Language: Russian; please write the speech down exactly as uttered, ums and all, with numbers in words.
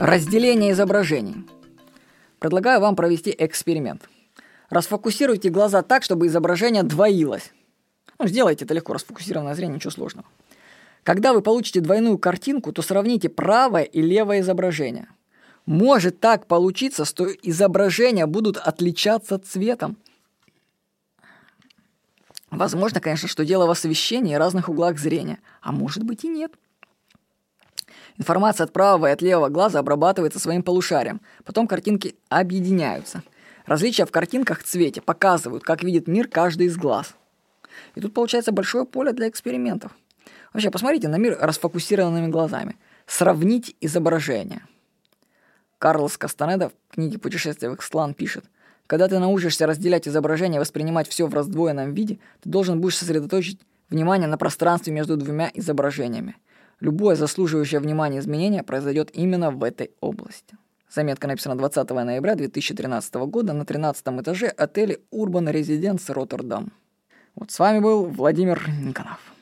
Разделение изображений. Предлагаю вам провести эксперимент. Расфокусируйте глаза так, чтобы изображение двоилось. Ну, сделайте это легко, расфокусированное зрение, ничего сложного. Когда вы получите двойную картинку, то сравните правое и левое изображение. Может так получиться, что изображения будут отличаться цветом. Возможно, конечно, что дело в освещении и разных углах зрения, а может быть и нет. Информация от правого и от левого глаза обрабатывается своим полушарием, потом картинки объединяются. Различия в картинках в цвете показывают, как видит мир каждый из глаз. И тут получается большое поле для экспериментов. Вообще, посмотрите на мир расфокусированными глазами. Сравнить изображения. Карлос Кастанеда в книге «Путешествие в Икслан» пишет: «Когда ты научишься разделять изображения и воспринимать все в раздвоенном виде, ты должен будешь сосредоточить внимание на пространстве между двумя изображениями. Любое заслуживающее внимания изменение произойдет именно в этой области». Заметка написана двадцатого ноября две тысячи тринадцатого года на тринадцатом этаже отеля Urban Residence Роттердам. Вот с вами был Владимир Никонов.